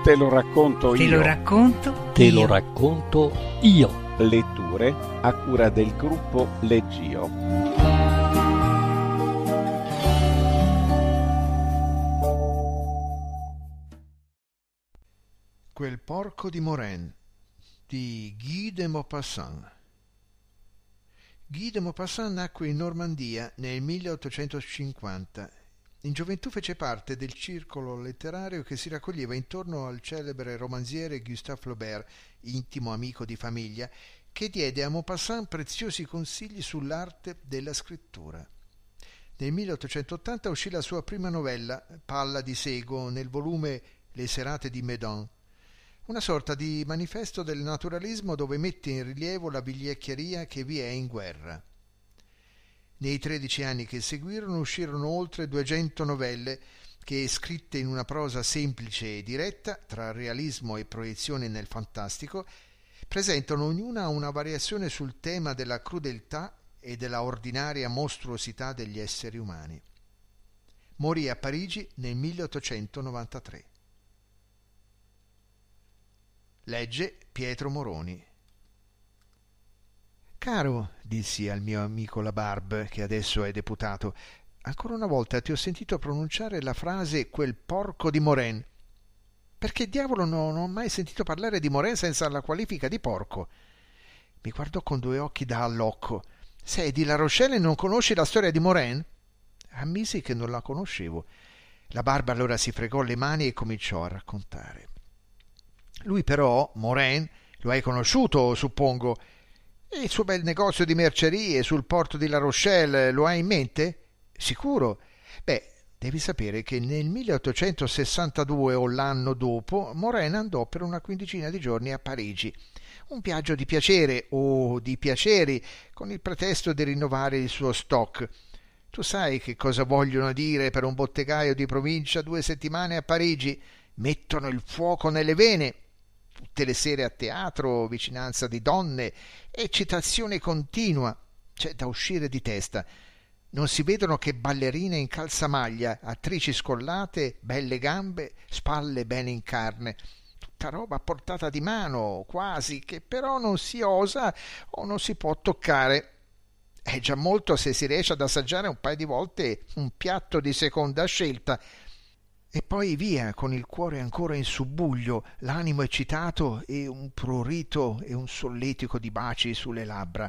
Te lo racconto Te io. lo racconto Te io. lo racconto io. Letture a cura del gruppo Leggio. Quel porco di Morin di Guy de Maupassant. Guy de Maupassant nacque in Normandia nel 1850. In gioventù fece parte del circolo letterario che si raccoglieva intorno al celebre romanziere Gustave Flaubert, intimo amico di famiglia, che diede a Maupassant preziosi consigli sull'arte della scrittura. Nel 1880 uscì la sua prima novella, Palla di Sego, nel volume Le serate di Meudon, una sorta di manifesto del naturalismo dove mette in rilievo la vigliaccheria che vi è in guerra. Nei 13 anni che seguirono uscirono oltre 200 novelle che, scritte in una prosa semplice e diretta, tra realismo e proiezione nel fantastico, presentano ognuna una variazione sul tema della crudeltà e della ordinaria mostruosità degli esseri umani. Morì a Parigi nel 1893. Legge Pietro Moroni. Caro, dissi al mio amico Labarbe, che adesso è deputato, ancora una volta ti ho sentito pronunciare la frase quel porco di Morin. Perché diavolo non ho mai sentito parlare di Morin senza la qualifica di porco? Mi guardò con due occhi da allocco. Sei di La Rochelle e non conosci la storia di Morin? Ammisi che non la conoscevo. Labarbe allora si fregò le mani e cominciò a raccontare. Lui però, Morin, lo hai conosciuto, suppongo. E il suo bel negozio di mercerie sul porto di La Rochelle lo hai in mente? Sicuro? Beh, devi sapere che nel 1862 o l'anno dopo Morin andò per una quindicina di giorni a Parigi. Un viaggio di piacere o di piaceri, con il pretesto di rinnovare il suo stock. Tu sai che cosa vogliono dire per un bottegaio di provincia 2 settimane a Parigi? Mettono il fuoco nelle vene. Tutte le sere a teatro, vicinanza di donne, eccitazione continua. C'è da uscire di testa. Non si vedono che ballerine in calzamaglia, attrici scollate, belle gambe, spalle bene in carne. Tutta roba a portata di mano, quasi, che però non si osa o non si può toccare. È già molto se si riesce ad assaggiare un paio di volte un piatto di seconda scelta. E poi via, con il cuore ancora in subbuglio, l'animo eccitato e un prurito e un solletico di baci sulle labbra.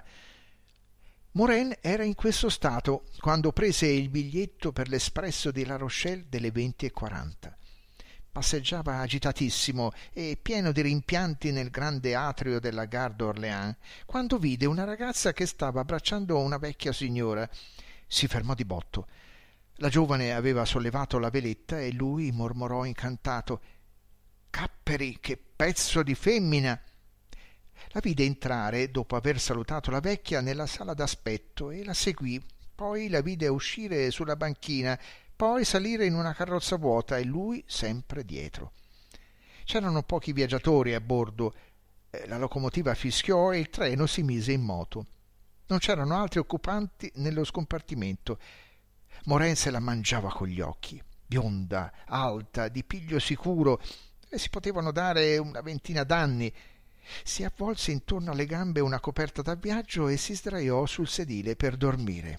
Morin era in questo stato quando prese il biglietto per l'espresso di La Rochelle delle 20:40. Passeggiava agitatissimo e pieno di rimpianti nel grande atrio della Gare d'Orléans, quando vide una ragazza che stava abbracciando una vecchia signora. Si fermò di botto. La giovane aveva sollevato la veletta e lui mormorò incantato: «Capperi, che pezzo di femmina!» La vide entrare, dopo aver salutato la vecchia, nella sala d'aspetto e la seguì. Poi la vide uscire sulla banchina, poi salire in una carrozza vuota e lui sempre dietro. C'erano pochi viaggiatori a bordo. La locomotiva fischiò e il treno si mise in moto. Non c'erano altri occupanti nello scompartimento. Morin se la mangiava con gli occhi. Bionda, alta, di piglio sicuro, le si potevano dare una ventina d'anni. Si avvolse intorno alle gambe una coperta da viaggio e si sdraiò sul sedile per dormire.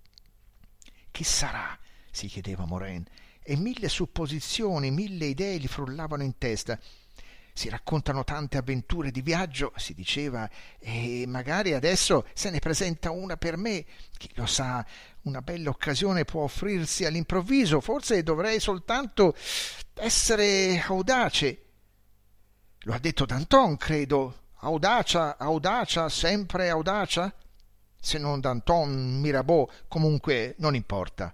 Chi sarà? Si chiedeva Morin, e 1000 supposizioni, 1000 idee gli frullavano in testa. Si raccontano tante avventure di viaggio, si diceva, e magari adesso se ne presenta una per me. Chi lo sa, una bella occasione può offrirsi all'improvviso. Forse dovrei soltanto essere audace. Lo ha detto Danton, credo. Audacia, audacia, sempre audacia? Se non Danton, Mirabeau, comunque non importa.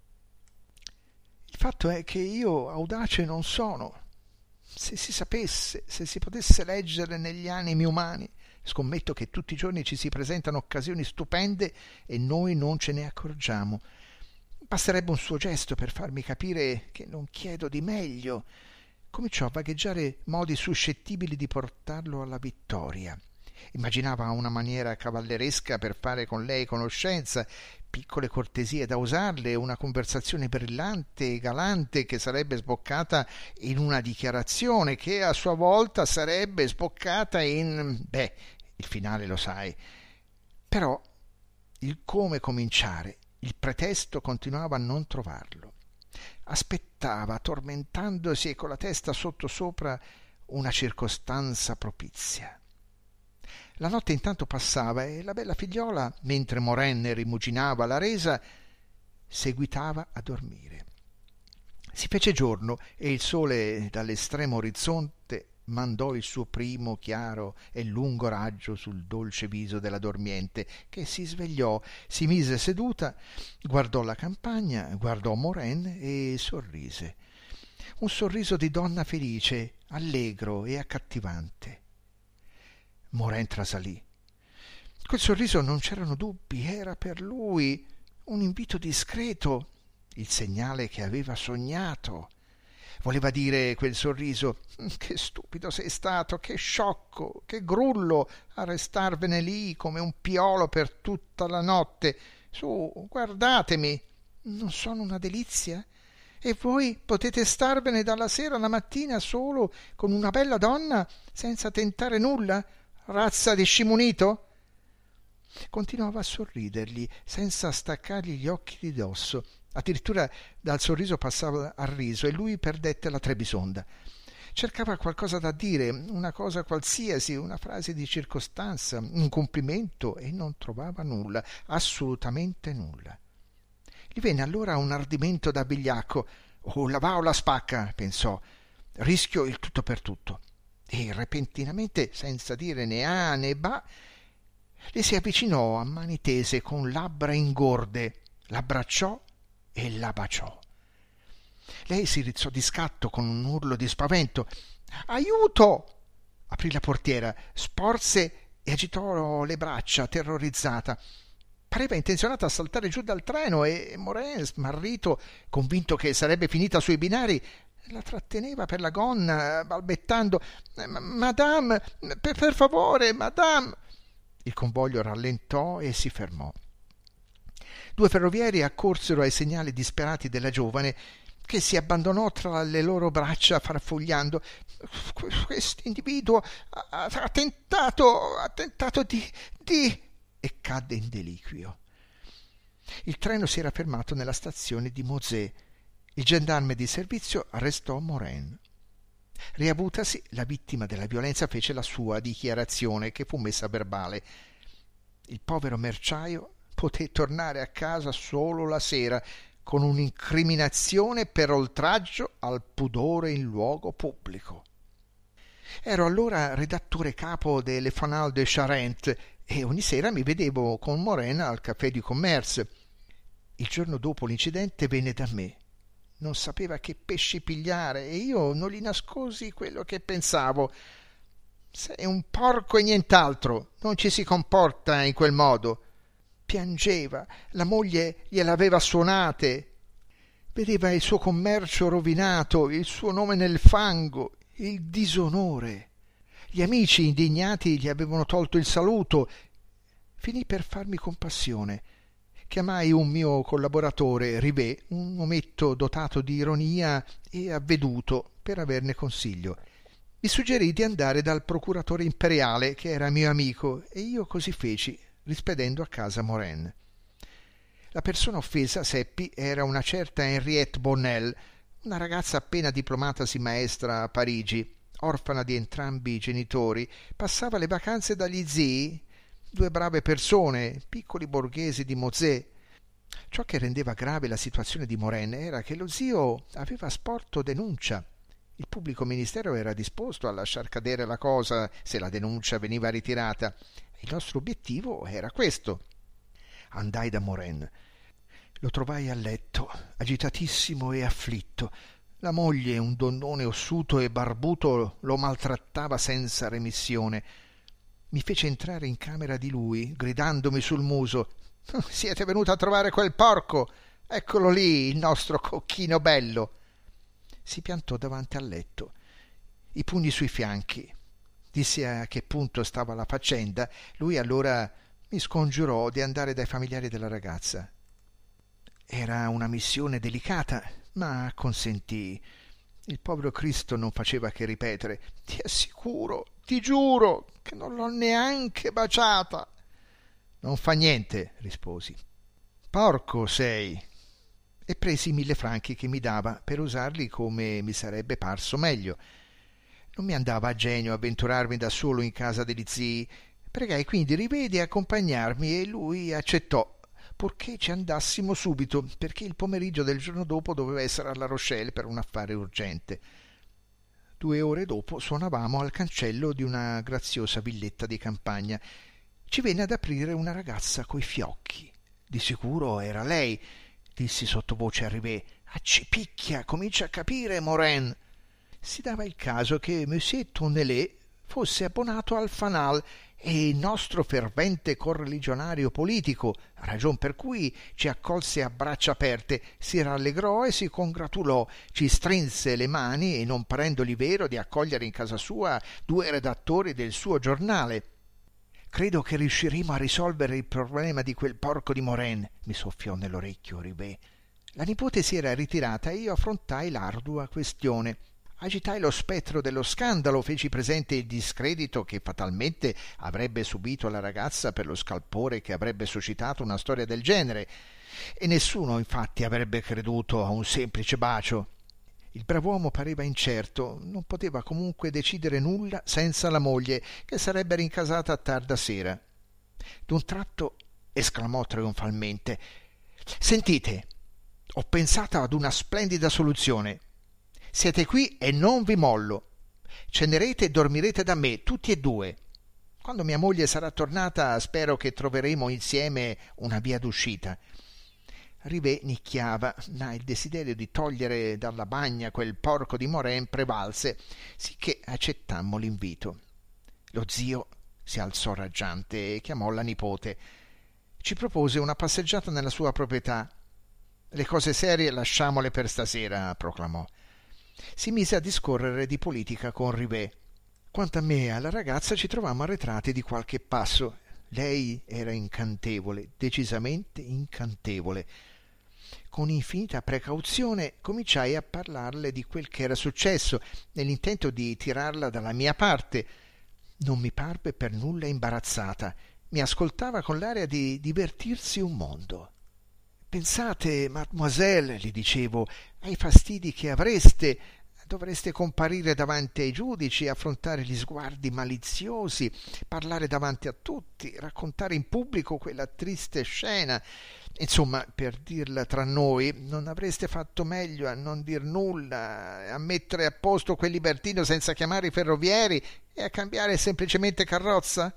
Il fatto è che io audace non sono. Se si sapesse, se si potesse leggere negli animi umani, scommetto che tutti i giorni ci si presentano occasioni stupende e noi non ce ne accorgiamo. Basterebbe un suo gesto per farmi capire che non chiedo di meglio. Cominciò a vagheggiare modi suscettibili di portarlo alla vittoria. Immaginava una maniera cavalleresca per fare con lei conoscenza, piccole cortesie da usarle, una conversazione brillante e galante che sarebbe sboccata in una dichiarazione che a sua volta sarebbe sboccata in... il finale lo sai. Però il come cominciare, il pretesto continuava a non trovarlo. Aspettava, tormentandosi e con la testa sottosopra, una circostanza propizia. La notte intanto passava e la bella figliola, mentre Moren rimuginava la resa, seguitava a dormire. Si fece giorno e il sole dall'estremo orizzonte mandò il suo primo chiaro e lungo raggio sul dolce viso della dormiente, che si svegliò, si mise seduta, guardò la campagna, guardò Moren e sorrise. Un sorriso di donna felice, allegro e accattivante. Moren trasalì. Quel sorriso non c'erano dubbi, era per lui un invito discreto, il segnale che aveva sognato. Voleva dire quel sorriso: che stupido sei stato, che sciocco, che grullo a restarvene lì come un piolo per tutta la notte. Su, guardatemi, non sono una delizia? E voi potete starvene dalla sera alla mattina solo con una bella donna senza tentare nulla, razza di scimunito? Continuava a sorridergli senza staccargli gli occhi di dosso. Addirittura dal sorriso passava al riso e lui perdette la Trebisonda. Cercava qualcosa da dire, una cosa qualsiasi, una frase di circostanza, un complimento, e non trovava nulla, assolutamente nulla. Gli venne allora un ardimento da vigliacco. La va o la spacca, pensò. Rischio il tutto per tutto. E repentinamente, senza dire né a né ba, le si avvicinò a mani tese con labbra ingorde, l'abbracciò e la baciò. Lei si rizzò di scatto con un urlo di spavento. «Aiuto!» Aprì la portiera, sporse e agitò le braccia, terrorizzata. Pareva intenzionata a saltare giù dal treno e Moren, smarrito, convinto che sarebbe finita sui binari, la tratteneva per la gonna, balbettando: «Madame, per favore, madame!» Il convoglio rallentò e si fermò. Due ferrovieri accorsero ai segnali disperati della giovane, che si abbandonò tra le loro braccia farfugliando: «Quest'individuo ha tentato di...» e cadde in deliquio. Il treno si era fermato nella stazione di Mauzé. Il gendarme di servizio arrestò Moren. Riavutasi, la vittima della violenza fece la sua dichiarazione, che fu messa a verbale. Il povero merciaio poté tornare a casa solo la sera, con un'incriminazione per oltraggio al pudore in luogo pubblico. Ero allora redattore capo delle Fanal de Charente e ogni sera mi vedevo con Moren al Café du Commerce. Il giorno dopo l'incidente venne da me. Non sapeva che pesci pigliare e io non gli nascosi quello che pensavo. «Sei un porco e nient'altro, non ci si comporta in quel modo». Piangeva, la moglie gliel'aveva suonate, vedeva il suo commercio rovinato, il suo nome nel fango, il disonore. Gli amici indignati gli avevano tolto il saluto. Finì per farmi compassione. Chiamai un mio collaboratore, Rivet, un ometto dotato di ironia e avveduto, per averne consiglio. Mi suggerì di andare dal procuratore imperiale, che era mio amico, e io così feci, rispedendo a casa Moren. La persona offesa, seppi, era una certa Henriette Bonnel, una ragazza appena diplomatasi maestra a Parigi, orfana di entrambi i genitori, passava le vacanze dagli zii, due brave persone, piccoli borghesi di Mauzé. Ciò che rendeva grave la situazione di Moren era che lo zio aveva sporto denuncia. Il pubblico ministero era disposto a lasciar cadere la cosa se la denuncia veniva ritirata. Il nostro obiettivo era questo. Andai da Moren. Lo trovai a letto, agitatissimo e afflitto. La moglie, un donnone ossuto e barbuto, lo maltrattava senza remissione. Mi fece entrare in camera di lui, gridandomi sul muso: «Siete venuto a trovare quel porco? Eccolo lì, il nostro cocchino bello!» Si piantò davanti al letto, i pugni sui fianchi. Dissi a che punto stava la faccenda. Lui allora mi scongiurò di andare dai familiari della ragazza. Era una missione delicata, ma acconsentì. Il povero Cristo non faceva che ripetere: «Ti assicuro, ti giuro, che non l'ho neanche baciata». «Non fa niente», risposi. «Porco sei». E presi 1.000 franchi che mi dava per usarli come mi sarebbe parso meglio. Non mi andava a genio avventurarmi da solo in casa degli zii. Pregai quindi Rivet di accompagnarmi e lui accettò, purché ci andassimo subito, perché il pomeriggio del giorno dopo doveva essere a La Rochelle per un affare urgente. 2 ore dopo suonavamo al cancello di una graziosa villetta di campagna. Ci venne ad aprire una ragazza coi fiocchi. Di sicuro era lei, dissi sottovoce a Rivet. «Accipicchia, comincia a capire, Morin». Si dava il caso che Monsieur Tonnelet fosse abbonato al Fanal e il nostro fervente correligionario politico, ragion per cui ci accolse a braccia aperte, si rallegrò e si congratulò, ci strinse le mani e non parendogli vero di accogliere in casa sua 2 redattori del suo giornale. «Credo che riusciremo a risolvere il problema di quel porco di Morin», mi soffiò nell'orecchio Rivet. La nipote si era ritirata e io affrontai l'ardua questione. Agitai lo spettro dello scandalo, feci presente il discredito che fatalmente avrebbe subito la ragazza per lo scalpore che avrebbe suscitato una storia del genere, e nessuno infatti avrebbe creduto a un semplice bacio. Il brav'uomo pareva incerto, non poteva comunque decidere nulla senza la moglie, che sarebbe rincasata a tarda sera. D'un tratto esclamò trionfalmente: «Sentite, ho pensato ad una splendida soluzione. Siete qui e non vi mollo. Cenerete e dormirete da me, tutti e 2. Quando mia moglie sarà tornata spero che troveremo insieme una via d'uscita». Rivet nicchiava, ma il desiderio di togliere dalla bagna quel porco di Morin prevalse, sicché accettammo l'invito. Lo zio si alzò raggiante e chiamò la nipote. Ci propose una passeggiata nella sua proprietà. «Le cose serie lasciamole per stasera», proclamò. Si mise a discorrere di politica con Rivet. Quanto a me e alla ragazza ci trovammo arretrati di qualche passo. Lei era incantevole, decisamente incantevole. Con infinita precauzione cominciai a parlarle di quel che era successo, nell'intento di tirarla dalla mia parte. Non mi parve per nulla imbarazzata. Mi ascoltava con l'aria di divertirsi un mondo. «Pensate, mademoiselle», gli dicevo, «ai fastidi che avreste. Dovreste comparire davanti ai giudici, affrontare gli sguardi maliziosi, parlare davanti a tutti, raccontare in pubblico quella triste scena. Insomma, per dirla tra noi, non avreste fatto meglio a non dir nulla, a mettere a posto quel libertino senza chiamare i ferrovieri e a cambiare semplicemente carrozza?»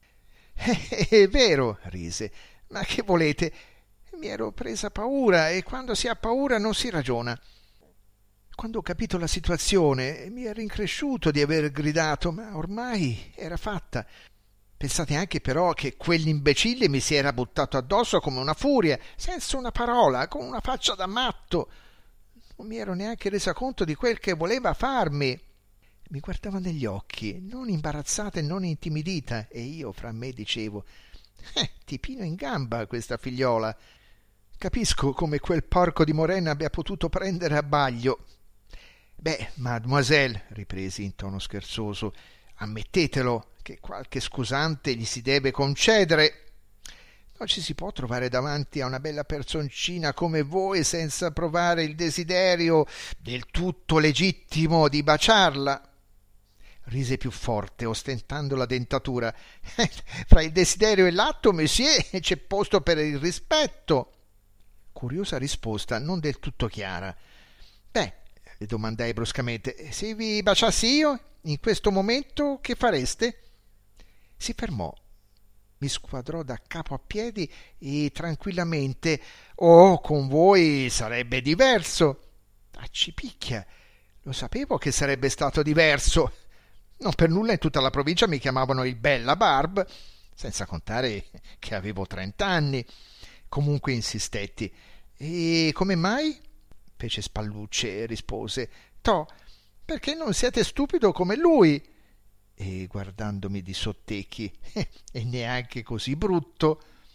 È vero», rise, «ma che volete? Mi ero presa paura e quando si ha paura non si ragiona. Quando ho capito la situazione mi è rincresciuto di aver gridato, ma ormai era fatta. Pensate anche però che quell'imbecille mi si era buttato addosso come una furia, senza una parola, con una faccia da matto. Non mi ero neanche resa conto di quel che voleva farmi. Mi guardava negli occhi, non imbarazzata e non intimidita, e io fra me dicevo: tipino in gamba questa figliola. Capisco come quel porco di Morin abbia potuto prendere a baglio. «Beh, mademoiselle», ripresi in tono scherzoso, «ammettetelo che qualche scusante gli si deve concedere. Non ci si può trovare davanti a una bella personcina come voi senza provare il desiderio del tutto legittimo di baciarla». Rise più forte, ostentando la dentatura. «Fra il desiderio e l'atto, monsieur, c'è posto per il rispetto». Curiosa risposta, non del tutto chiara. «Beh», le domandai bruscamente, «se vi baciassi io, in questo momento, che fareste?» Si fermò, mi squadrò da capo a piedi e tranquillamente: «Oh, con voi sarebbe diverso». Accipicchia, lo sapevo che sarebbe stato diverso. Non per nulla in tutta la provincia mi chiamavano il Bella Barbe, senza contare che avevo 30 anni. Comunque insistetti. «E come mai?» Fece spallucce e rispose: «Toh, perché non siete stupido come lui». E guardandomi di sottecchi: «E neanche così brutto».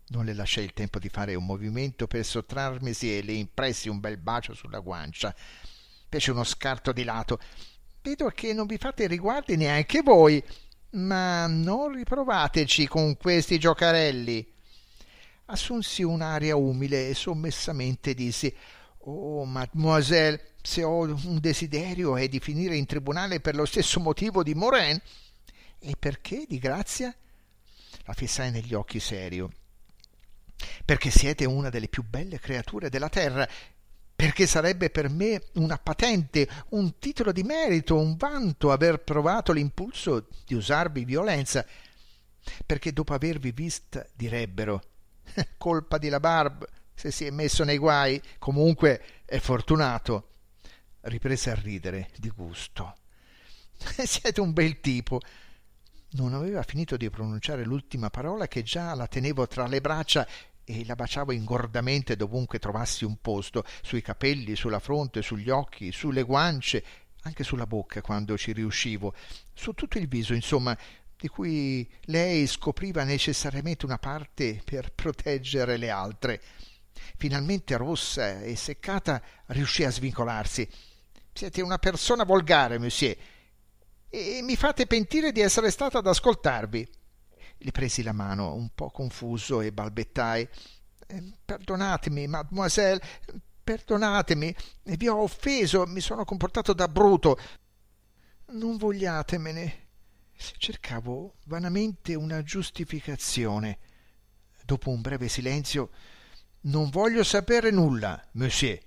Non le lasciai il tempo di fare un movimento per sottrarmisi e le impressi un bel bacio sulla guancia. Fece uno scarto di lato. «Vedo che non vi fate riguardi neanche voi, ma non riprovateci con questi giocarelli». Assunsi un'aria umile e sommessamente dissi: «Oh, mademoiselle, se ho un desiderio è di finire in tribunale per lo stesso motivo di Morin». «E perché, di grazia?» La fissai negli occhi serio. «Perché siete una delle più belle creature della terra, perché sarebbe per me una patente, un titolo di merito, un vanto aver provato l'impulso di usarvi violenza, perché dopo avervi vista direbbero: colpa di Labarbe se si è messo nei guai, comunque è fortunato». Riprese a ridere di gusto. «Siete un bel tipo». Non aveva finito di pronunciare l'ultima parola che già la tenevo tra le braccia e la baciavo ingordamente dovunque trovassi un posto, sui capelli, sulla fronte, sugli occhi, sulle guance, anche sulla bocca quando ci riuscivo, su tutto il viso, insomma, di cui lei scopriva necessariamente una parte per proteggere le altre. Finalmente, rossa e seccata, riuscì a svincolarsi. «Siete una persona volgare, monsieur, e mi fate pentire di essere stato ad ascoltarvi». Le presi la mano, un po' confuso, e balbettai: «Perdonatemi, mademoiselle, perdonatemi, vi ho offeso, mi sono comportato da bruto». «Non vogliatemene». Cercavo vanamente una giustificazione. Dopo un breve silenzio: «Non voglio sapere nulla, monsieur».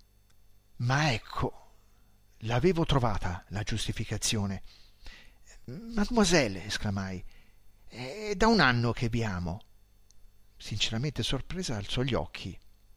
Ma ecco, l'avevo trovata la giustificazione. «Mademoiselle», esclamai, «è da un anno che vi amo». Sinceramente sorpresa alzò gli occhi.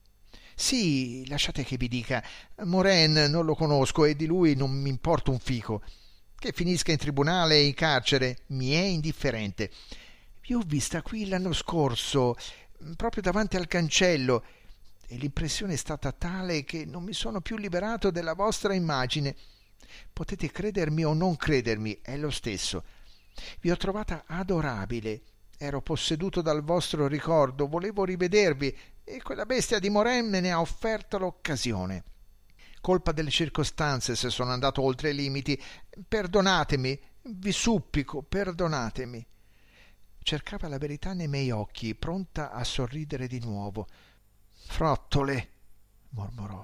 «Sì, lasciate che vi dica, Morin non lo conosco e di lui non mi importa un fico. Che finisca in tribunale e in carcere mi è indifferente. Vi ho vista qui l'anno scorso, proprio davanti al cancello, e l'impressione è stata tale che non mi sono più liberato della vostra immagine. Potete credermi o non credermi, è lo stesso. Vi ho trovata adorabile, ero posseduto dal vostro ricordo, volevo rivedervi e quella bestia di Morin me ne ha offerto l'occasione. Colpa delle circostanze se sono andato oltre i limiti. Perdonatemi, vi supplico, perdonatemi». Cercava la verità nei miei occhi, pronta a sorridere di nuovo. «Frottole», mormorò.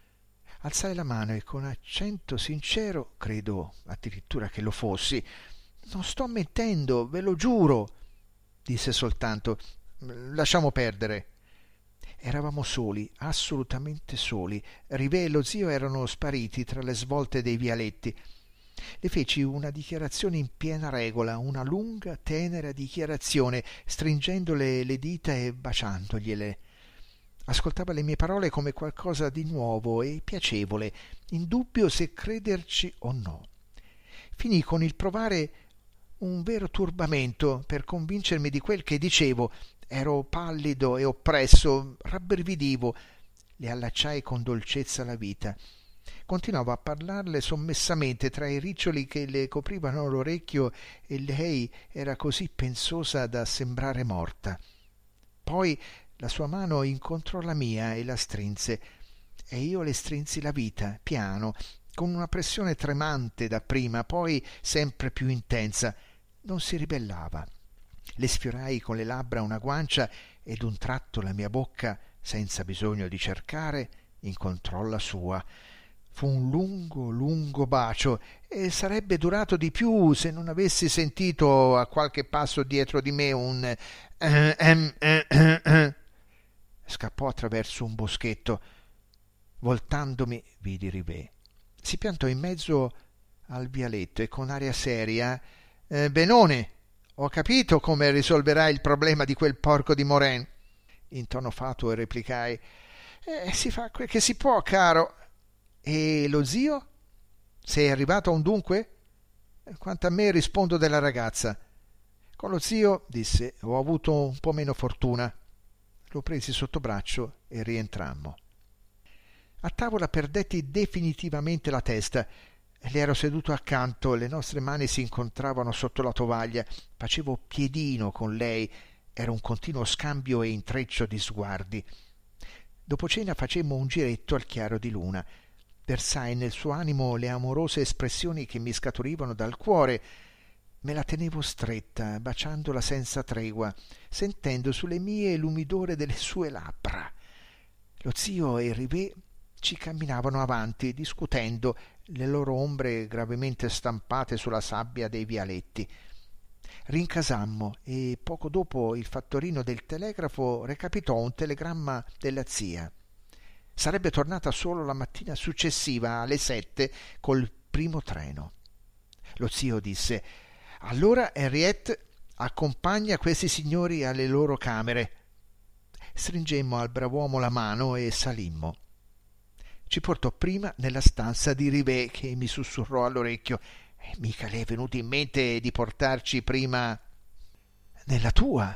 Alzai la mano e con accento sincero, credo addirittura che lo fossi: «Non sto mentendo, ve lo giuro», disse soltanto. «Lasciamo perdere». Eravamo soli, assolutamente soli. Rivé e lo zio erano spariti tra le svolte dei vialetti. Le feci una dichiarazione in piena regola, una lunga, tenera dichiarazione, stringendole le dita e baciandogliele. Ascoltava le mie parole come qualcosa di nuovo e piacevole, in dubbio se crederci o no. Finì con il provare un vero turbamento per convincermi di quel che dicevo. Ero pallido e oppresso, rabbrividivo. Le allacciai con dolcezza la vita. Continuavo a parlarle sommessamente tra i riccioli che le coprivano l'orecchio e lei era così pensosa da sembrare morta. Poi la sua mano incontrò la mia e la strinse, e io le strinsi la vita, piano, con una pressione tremante dapprima, poi sempre più intensa. Non si ribellava. Le sfiorai con le labbra una guancia e d'un tratto la mia bocca, senza bisogno di cercare, incontrò la sua. Fu un lungo, lungo bacio e sarebbe durato di più se non avessi sentito a qualche passo dietro di me un Scappò attraverso un boschetto. Voltandomi vidi Rivé. Si piantò in mezzo al vialetto e con aria seria: «Benone, ho capito come risolverai il problema di quel porco di Morin». In tono fatuo replicai: «Si fa quel che si può, caro». «E lo zio? Sei arrivato a un dunque?» «Quanto a me rispondo della ragazza. Con lo zio», disse, «ho avuto un po' meno fortuna». Lo presi sotto braccio e rientrammo. A tavola perdetti definitivamente la testa. Le ero seduto accanto, le nostre mani si incontravano sotto la tovaglia. Facevo piedino con lei. Era un continuo scambio e intreccio di sguardi. Dopo cena facemmo un giretto al chiaro di luna. Versai nel suo animo le amorose espressioni che mi scaturivano dal cuore. Me la tenevo stretta, baciandola senza tregua, sentendo sulle mie l'umidore delle sue labbra. Lo zio e Rivé ci camminavano avanti, discutendo, le loro ombre gravemente stampate sulla sabbia dei vialetti. Rincasammo e poco dopo il fattorino del telegrafo recapitò un telegramma della zia. Sarebbe tornata solo la mattina successiva alle 7 col primo treno. Lo zio disse: «Allora Henriette accompagna questi signori alle loro camere». Stringemmo al brav'uomo la mano e salimmo. Ci portò prima nella stanza di Rivé, che mi sussurrò all'orecchio: «Mica le è venuto in mente di portarci prima nella tua?»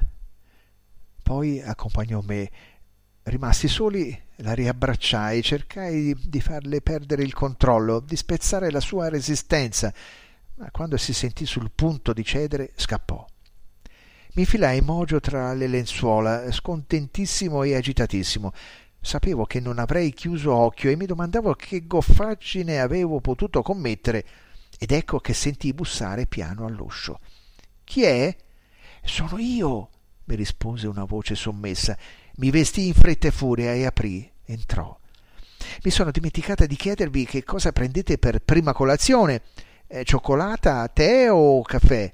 Poi accompagnò me. Rimasti soli, la riabbracciai, cercai di farle perdere il controllo, di spezzare la sua resistenza, ma quando si sentì sul punto di cedere, scappò. Mi filai mogio tra le lenzuola, scontentissimo e agitatissimo. Sapevo che non avrei chiuso occhio e mi domandavo che goffaggine avevo potuto commettere, ed ecco che sentii bussare piano all'uscio. «Chi è?» «Sono io», mi rispose una voce sommessa. Mi vestii in fretta e furia e aprì. Entrò. «Mi sono dimenticata di chiedervi che cosa prendete per prima colazione. Cioccolata, tè o caffè?»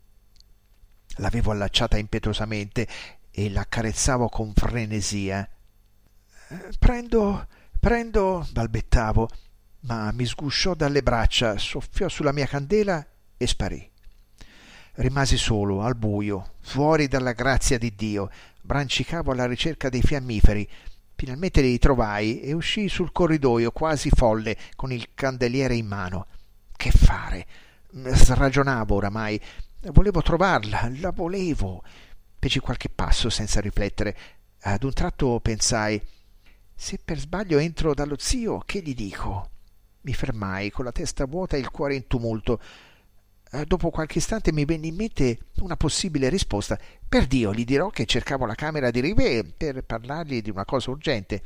L'avevo allacciata impetuosamente e l'accarezzavo con frenesia. Prendo, balbettavo, ma mi sgusciò dalle braccia, soffiò sulla mia candela e sparì. Rimasi solo, al buio, fuori dalla grazia di Dio. Brancicavo alla ricerca dei fiammiferi. Finalmente li trovai e uscii sul corridoio, quasi folle, con il candeliere in mano. Che fare? Ragionavo oramai. Volevo trovarla, la volevo. Feci qualche passo senza riflettere. Ad un tratto pensai: se per sbaglio entro dallo zio, che gli dico? Mi fermai, con la testa vuota e il cuore in tumulto. Dopo qualche istante mi venne in mente una possibile risposta. Per Dio, gli dirò che cercavo la camera di Rivé per parlargli di una cosa urgente.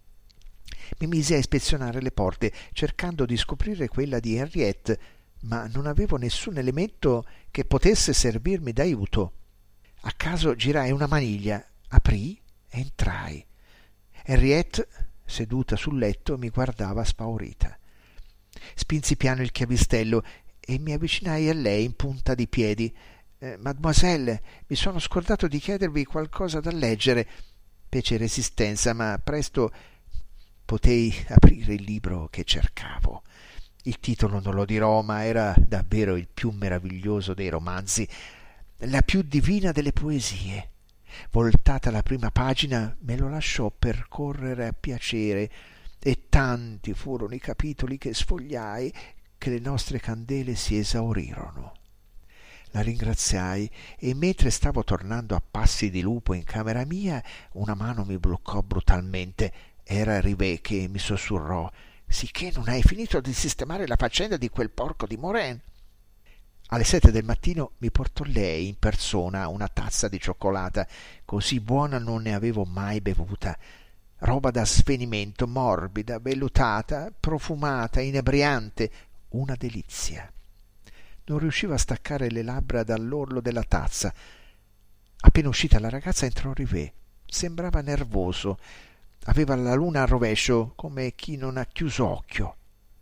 Mi misi a ispezionare le porte, cercando di scoprire quella di Henriette, ma non avevo nessun elemento che potesse servirmi d'aiuto. A caso girai una maniglia, aprì e entrai. Henriette, seduta sul letto, mi guardava spaurita. Spinsi piano il chiavistello e mi avvicinai a lei in punta di piedi. «Mademoiselle, mi sono scordato di chiedervi qualcosa da leggere». Fece resistenza, ma presto potei aprire il libro che cercavo. Il titolo non lo dirò, ma era davvero il più meraviglioso dei romanzi, la più divina delle poesie. Voltata la prima pagina, me lo lasciò percorrere a piacere, e tanti furono i capitoli che sfogliai che le nostre candele si esaurirono. La ringraziai e mentre stavo tornando a passi di lupo in camera mia, una mano mi bloccò brutalmente. Era Rivé che mi sussurrò: «Sicché non hai finito di sistemare la faccenda di quel porco di Morin?» Alle 7 del mattino mi portò lei in persona una tazza di cioccolata. Così buona non ne avevo mai bevuta. Roba da svenimento, morbida, vellutata, profumata, inebriante, una delizia. Non riusciva a staccare le labbra dall'orlo della tazza. Appena uscita la ragazza entrò Rivé. Sembrava nervoso. Aveva la luna al rovescio, come chi non ha chiuso occhio.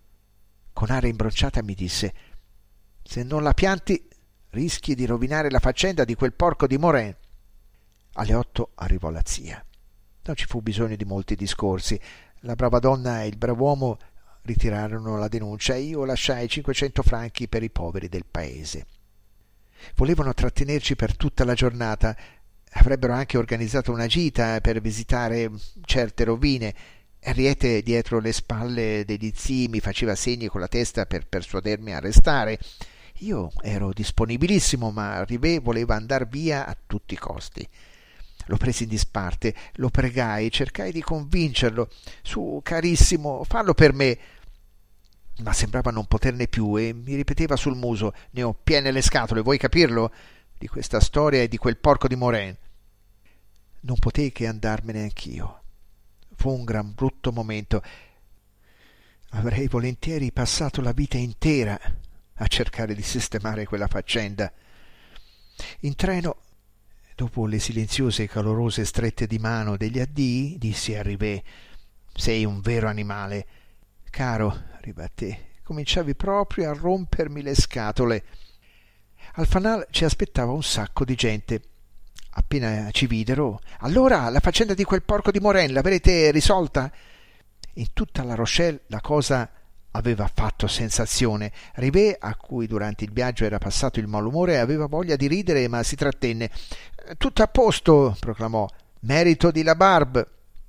Con aria imbronciata mi disse: «Se non la pianti rischi di rovinare la faccenda di quel porco di Morin». Alle 8 arrivò la zia. Non ci fu bisogno di molti discorsi. La brava donna e il brav'uomo ritirarono la denuncia e io lasciai 500 franchi per i poveri del paese. Volevano trattenerci per tutta la giornata. Avrebbero anche organizzato una gita per visitare certe rovine. Henriette, dietro le spalle degli zii, mi faceva segni con la testa per persuadermi a restare. Io ero disponibilissimo, ma Rivé voleva andar via a tutti i costi. Lo presi in disparte, lo pregai, cercai di convincerlo. «Su, carissimo, fallo per me». Ma sembrava non poterne più e mi ripeteva sul muso: «Ne ho piene le scatole, vuoi capirlo? Di questa storia e di quel porco di Morin». non potei che andarmene anch'io. Fu un gran brutto momento. Avrei volentieri passato la vita intera a cercare di sistemare quella faccenda. In treno, dopo le silenziose e calorose strette di mano degli addii, dissi a Rivet: «Sei un vero animale». «Caro», ribatté, «cominciavi proprio a rompermi le scatole». Al fanal ci aspettava un sacco di gente. Appena ci videro: «Allora la faccenda di quel porco di Morin l'avrete risolta?» In tutta La Rochelle la cosa aveva fatto sensazione. Rivet, a cui durante il viaggio era passato il malumore, aveva voglia di ridere, ma si trattenne. «Tutto a posto», proclamò, «merito di Labarbe».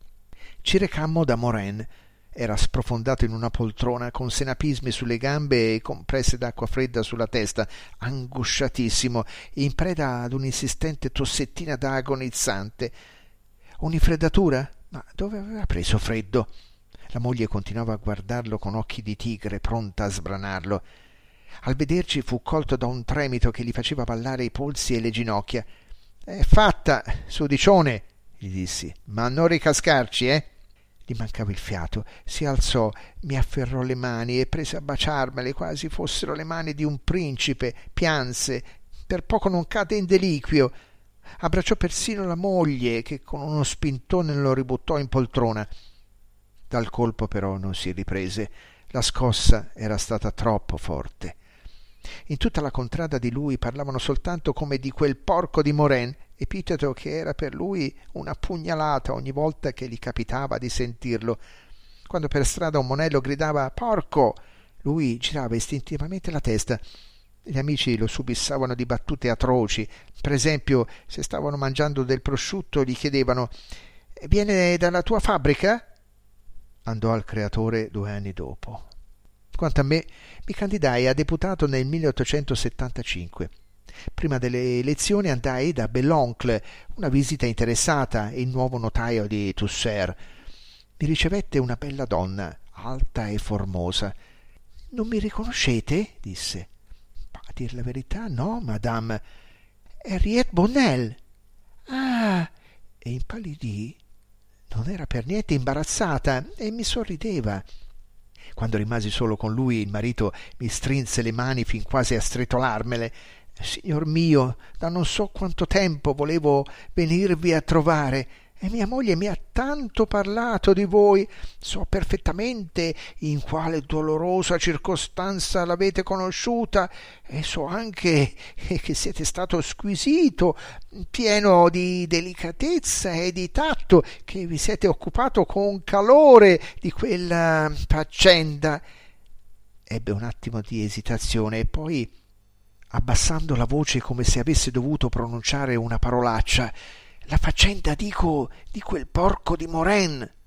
Ci recammo da Morin. Era sprofondato in una poltrona, con senapismi sulle gambe e compresse d'acqua fredda sulla testa, angosciatissimo, in preda ad un'insistente tossettina da agonizzante. «Un'infreddatura? Ma dove aveva preso freddo?» La moglie continuava a guardarlo con occhi di tigre, pronta a sbranarlo. Al vederci fu colto da un tremito che gli faceva ballare i polsi e le ginocchia. «È fatta, sudicione», gli dissi, «ma non ricascarci, eh?» Gli mancava il fiato. Si alzò, mi afferrò le mani e prese a baciarmele quasi fossero le mani di un principe. Pianse, per poco non cade in deliquio. Abbracciò persino la moglie, che con uno spintone lo ributtò in poltrona. Dal colpo però non si riprese. La scossa era stata troppo forte. In tutta la contrada di lui parlavano soltanto come di quel porco di Morin, epiteto che era per lui una pugnalata ogni volta che gli capitava di sentirlo. Quando per strada un monello gridava «Porco!», lui girava istintivamente la testa. Gli amici lo subissavano di battute atroci. Per esempio, se stavano mangiando del prosciutto, gli chiedevano «Viene dalla tua fabbrica?» Andò al creatore 2 anni dopo. Quanto a me, mi candidai a deputato nel 1875. Prima delle elezioni andai da Belloncle, una visita interessata, il nuovo notaio di Toussaint. Mi ricevette una bella donna, alta e formosa. «Non mi riconoscete?» disse. «A dir la verità, no, madame. Henriette Bonnel». «Ah!» e impallidì. Non era per niente imbarazzata e mi sorrideva. Quando rimasi solo con lui, il marito mi strinse le mani fin quasi a stritolarmele. «Signor mio, da non so quanto tempo volevo venirvi a trovare e mia moglie mi ha tanto parlato di voi. So perfettamente in quale dolorosa circostanza l'avete conosciuta e so anche che siete stato squisito, pieno di delicatezza e di tatto, che vi siete occupato con calore di quella faccenda». Ebbe un attimo di esitazione e poi, abbassando la voce come se avesse dovuto pronunciare una parolaccia: «La faccenda, dico, di quel porco di Morin».